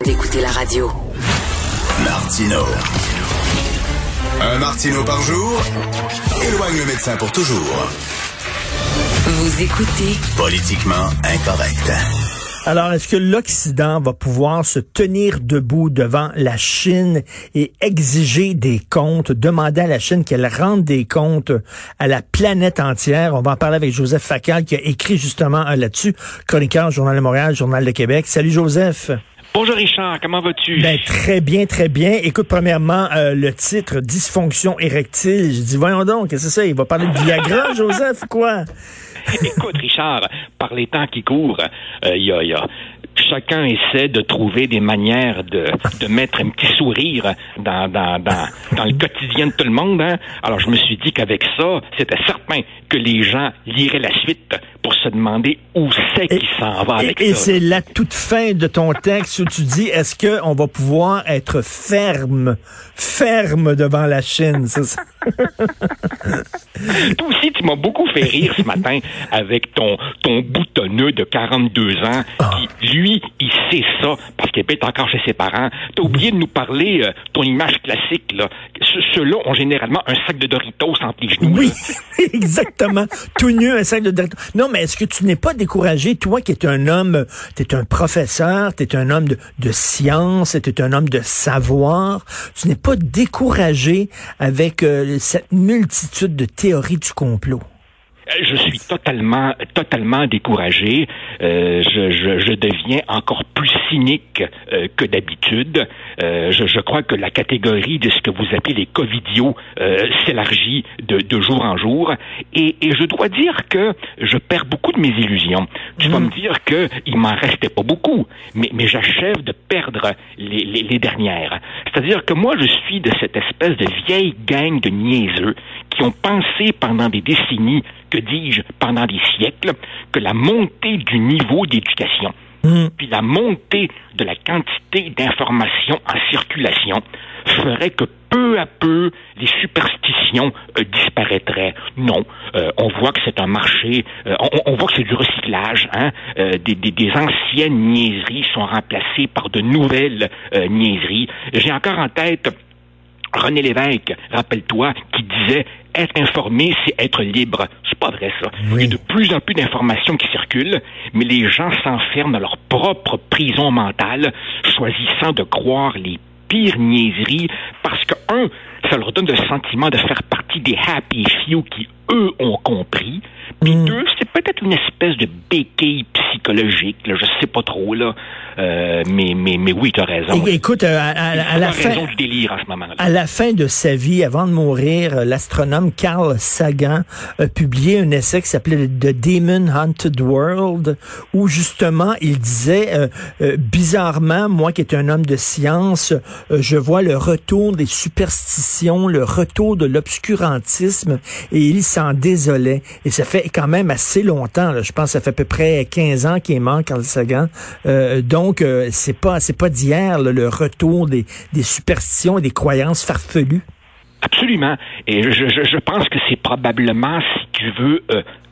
d'écouter la radio. Martineau. Un Martineau par jour éloigne le médecin pour toujours. Vous écoutez Politiquement incorrect. Alors, est-ce que l'Occident va pouvoir se tenir debout devant la Chine et exiger des comptes, demander à la Chine qu'elle rende des comptes à la planète entière? On va en parler avec Joseph Facal qui a écrit justement là-dessus, chroniqueur, Journal de Montréal, Journal de Québec. Salut Joseph. Bonjour Richard, comment vas-tu? Ben, très bien, très bien. Écoute, premièrement, le titre, dysfonction érectile. J'ai dit, voyons donc, qu'est-ce que c'est ça? Il va parler de Viagra, Joseph, ou quoi? Écoute, Richard, par les temps qui courent, chacun essaie de trouver des manières de mettre un petit sourire dans le quotidien de tout le monde. Hein? Alors, je me suis dit qu'avec ça, c'était certain que les gens liraient la suite pour se demander où c'est qu'il s'en va avec ça. Et c'est la toute fin de ton texte où tu dis, est-ce qu'on va pouvoir être ferme devant la Chine? C'est ça? Toi aussi, tu m'as beaucoup fait rire ce matin avec ton boutonneux de 42 ans qui, lui, il sait ça parce qu'il est encore chez ses parents. T'as oublié de nous parler, ton image classique, là. Ceux-là ont généralement un sac de Doritos entre les genoux. Oui, exactement. Tout nu, un sac de Doritos. Non, mais est-ce que tu n'es pas découragé, toi qui es un homme, t'es un professeur, t'es un homme de science, t'es un homme de savoir, tu n'es pas découragé avec cette multitude de théories du complot? Je suis totalement découragé. Je deviens encore plus cynique que d'habitude. Je crois que la catégorie de ce que vous appelez les covidios s'élargit de jour en jour. Et je dois dire que je perds beaucoup de mes illusions. Tu vas me dire que il m'en restait pas beaucoup, mais j'achève de perdre les dernières. C'est-à-dire que moi, je suis de cette espèce de vieille gang de niaiseux qui ont pensé pendant des décennies, que dis-je, pendant des siècles, que la montée du niveau d'éducation, puis la montée de la quantité d'informations en circulation ferait que peu à peu, les superstitions disparaîtraient. Non, on voit que c'est un marché, on voit que c'est du recyclage. Hein? Des anciennes niaiseries sont remplacées par de nouvelles niaiseries. J'ai encore en tête René Lévesque, rappelle-toi, qui disait « Être informé, c'est être libre ». C'est pas vrai, ça. Oui. Il y a de plus en plus d'informations qui circulent, mais les gens s'enferment dans leur propre prison mentale, choisissant de croire les pires niaiseries, parce que, ça leur donne le sentiment de faire partie des happy few qui, eux, ont compris. Puis deux, c'est peut-être une espèce de béquille psychologique, là, je sais pas trop, là. Mais oui, t'as raison. Écoute, à la fin, raison du délire en ce moment-là. À la fin de sa vie, avant de mourir, l'astronome Carl Sagan a publié un essai qui s'appelait The Demon Haunted World, où justement il disait, bizarrement, moi qui est un homme de science, je vois le retour des superstitions, le retour de l'obscurantisme, et il s'en désolait. Et ça fait quand même assez longtemps, là. Je pense que ça fait à peu près 15 ans qu'il est mort, Carl Sagan. Donc, c'est pas d'hier, là, le retour des superstitions et des croyances farfelues. Absolument. Et je pense que c'est probablement, si tu veux,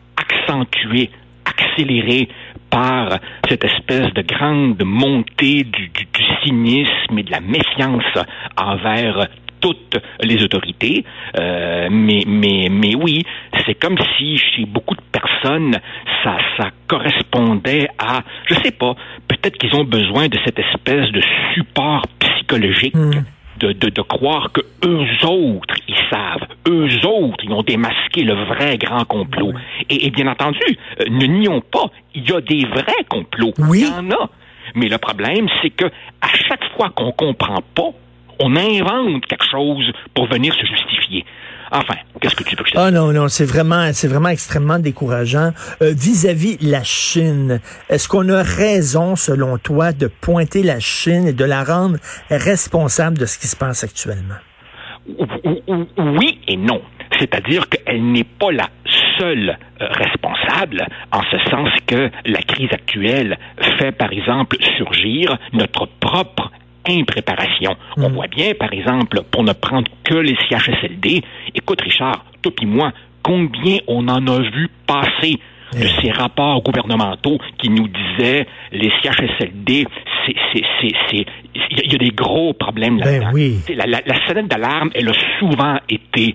accéléré par cette espèce de grande montée du cynisme et de la méfiance envers toutes les autorités, mais oui, c'est comme si chez beaucoup de personnes, ça correspondait à, je sais pas, peut-être qu'ils ont besoin de cette espèce de support psychologique, de croire que eux autres, ils savent, eux autres, ils ont démasqué le vrai grand complot. Et bien entendu, ne nions pas, il y a des vrais complots, il y en a. Mais le problème, c'est que à chaque fois qu'on comprend pas, on invente quelque chose pour venir se justifier. Enfin, qu'est-ce que tu veux que je te dise? Ah non, c'est vraiment extrêmement décourageant. Vis-à-vis la Chine, est-ce qu'on a raison, selon toi, de pointer la Chine et de la rendre responsable de ce qui se passe actuellement? Oui et non. C'est-à-dire qu'elle n'est pas la seule responsable, en ce sens que la crise actuelle fait, par exemple, surgir notre propre impréparation. On voit bien, par exemple, pour ne prendre que les CHSLD, écoute Richard, toi et moi, combien on en a vu passer de ces rapports gouvernementaux qui nous disaient les CHSLD, il y a des gros problèmes là-dedans. Ben oui. La sonnette d'alarme, elle a souvent été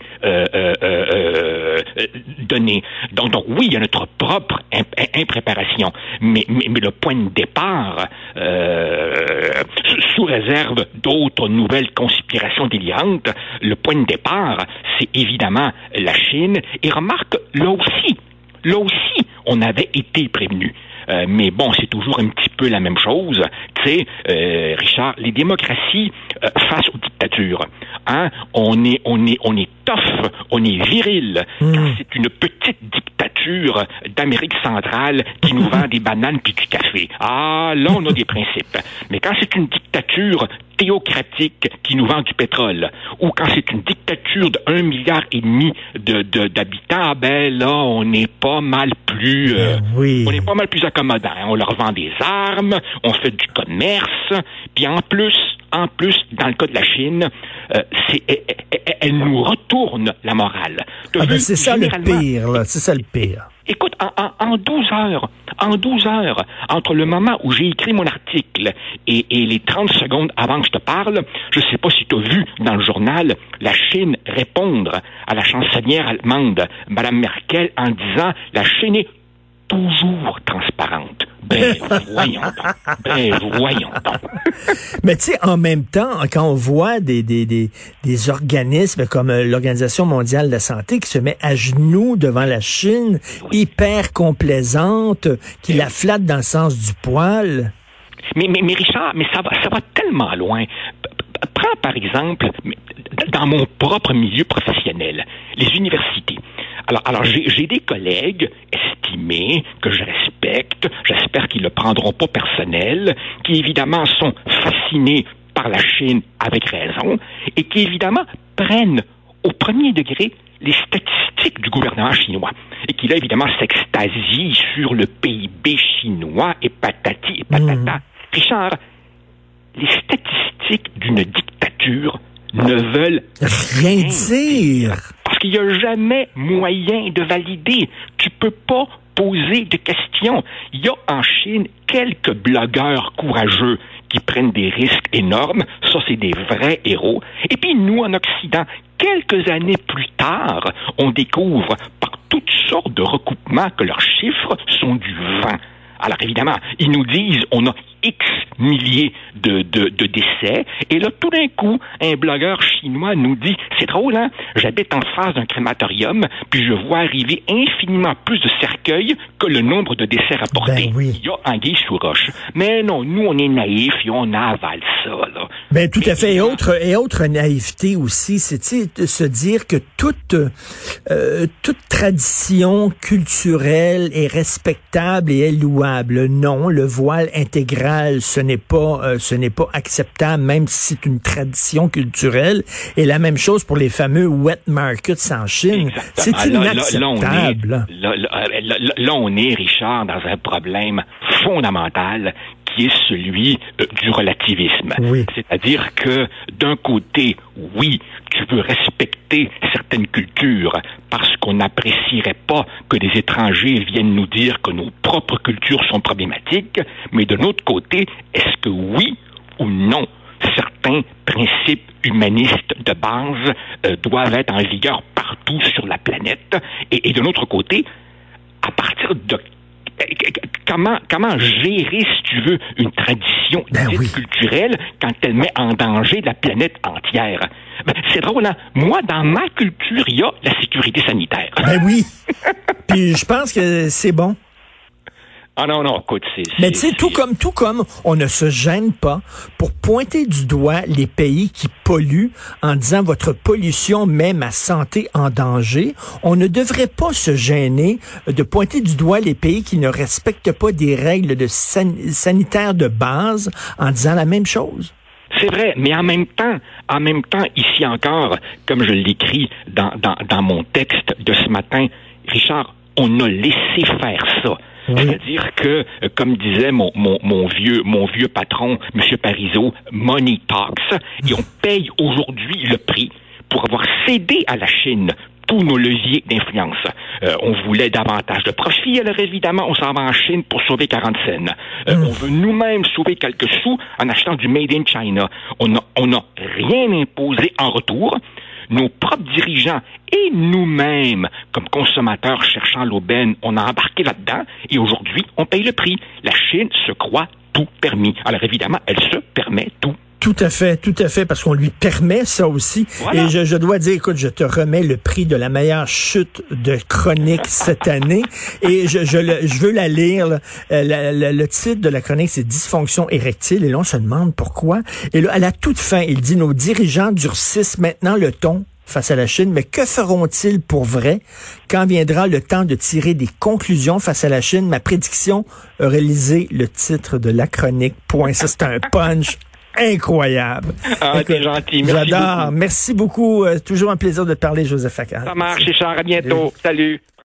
donnée. Donc oui, il y a notre propre impréparation, mais le point de départ, sous réserve d'autres nouvelles conspirations délirantes, le point de départ, c'est évidemment la Chine. Et remarque, là aussi, on avait été prévenus. Mais bon, c'est toujours un petit peu la même chose. Tu sais, Richard, les démocraties face aux dictatures, hein, on est tough, on est viril. Quand c'est une petite dictature d'Amérique centrale qui nous vend des bananes puis du café. Ah, là, on a des principes. Mais quand c'est une dictature théocratique qui nous vend du pétrole, ou quand c'est une dictature de 1,5 milliard d'habitants, ben là, on est pas mal plus on est pas mal plus accommodant. On leur vend des armes, on fait du commerce, puis en plus, dans le cas de la Chine, elle nous retourne la morale. C'est ça le pire, là. C'est ça le pire. Écoute, en 12 heures, entre le moment où j'ai écrit mon article et les 30 secondes avant que je te parle, je sais pas si tu as vu dans le journal la Chine répondre à la chancelière allemande, Mme Merkel, en disant « La Chine est toujours transparente ». Ben voyons donc. Mais tu sais, en même temps, quand on voit des organismes comme l'Organisation mondiale de la santé qui se met à genoux devant la Chine, hyper complaisante, qui la flatte dans le sens du poil. Mais Richard, ça va tellement loin. Prends par exemple, dans mon propre milieu professionnel, les universités. Alors j'ai des collègues estimés que je respecte, j'espère qu'ils le prendront pas personnel, qui évidemment sont fascinés par la Chine avec raison, et qui évidemment prennent au premier degré les statistiques du gouvernement chinois, et qui là évidemment s'extasient sur le PIB chinois et patati et patata. Richard, les statistiques d'une dictature ne veulent rien dire. Parce qu'il n'y a jamais moyen de valider. Tu peux pas poser de questions. Il y a en Chine quelques blogueurs courageux qui prennent des risques énormes. Ça, c'est des vrais héros. Et puis nous, en Occident, quelques années plus tard, on découvre par toutes sortes de recoupements que leurs chiffres sont du vent. Alors évidemment, ils nous disent on a X milliers de décès, et là tout d'un coup, un blogueur chinois nous dit c'est drôle, hein, j'habite en face d'un crématorium, puis je vois arriver infiniment plus de cercueils que le nombre de décès rapportés. Ben oui. Il y a anguille sous roche. Mais non, nous on est naïfs et on avale ça là. Ben tout à fait. Et autre naïveté aussi, c'est de se dire que toute tradition culturelle est respectable et est louable. Non, le voile intégral, ce n'est pas acceptable, même si c'est une tradition culturelle. Et la même chose pour les fameux wet markets en Chine. Exactement. C'est inacceptable. Là, on est, Richard, dans un problème fondamental qui est celui du relativisme. Oui. C'est-à-dire que, d'un côté, oui, tu veux respecter certaines cultures parce qu'on n'apprécierait pas que des étrangers viennent nous dire que nos propres cultures sont problématiques, mais de l'autre côté, est-ce que oui ou non, certains principes humanistes de base doivent être en vigueur partout sur la planète? Et de l'autre côté, à partir de comment gérer, si tu veux, une tradition culturelle quand elle met en danger la planète entière? Ben, c'est drôle, hein? Moi, dans ma culture, il y a la sécurité sanitaire. Ben oui. Puis je pense que c'est bon. Ah non, écoute, mais tu sais, tout comme on ne se gêne pas pour pointer du doigt les pays qui polluent en disant votre pollution met ma santé en danger, on ne devrait pas se gêner de pointer du doigt les pays qui ne respectent pas des règles sanitaires de base en disant la même chose. C'est vrai, mais en même temps, ici encore, comme je l'écris dans mon texte de ce matin, Richard, on a laissé faire ça. Oui. C'est-à-dire que, comme disait mon vieux patron, M. Parizeau, money talks, et on paye aujourd'hui le prix pour avoir cédé à la Chine tous nos leviers d'influence. On voulait davantage de profit, alors évidemment, on s'en va en Chine pour sauver 40 cents. On veut nous-mêmes sauver quelques sous en achetant du Made in China. On n'a rien imposé en retour. Nos propres dirigeants et nous-mêmes, comme consommateurs cherchant l'aubaine, on a embarqué là-dedans et aujourd'hui, on paye le prix. La Chine se croit tout permis. Alors évidemment, elle se permet tout. Tout à fait, parce qu'on lui permet ça aussi. Voilà. Et je dois dire, écoute, je te remets le prix de la meilleure chute de chronique cette année. Et je veux la lire. Là. Le titre de la chronique, c'est Dysfonction érectile. Et là, on se demande pourquoi. Et là, à la toute fin, il dit, nos dirigeants durcissent maintenant le ton face à la Chine, mais que feront-ils pour vrai quand viendra le temps de tirer des conclusions face à la Chine? Ma prédiction aurait lisé le titre de la chronique. Point. Ça, c'est un punch incroyable. Ah, t'es gentil. Merci j'adore. beaucoup. Merci beaucoup. Toujours un plaisir de te parler, Joseph Facal. Ça marche, Richard. À bientôt. Salut.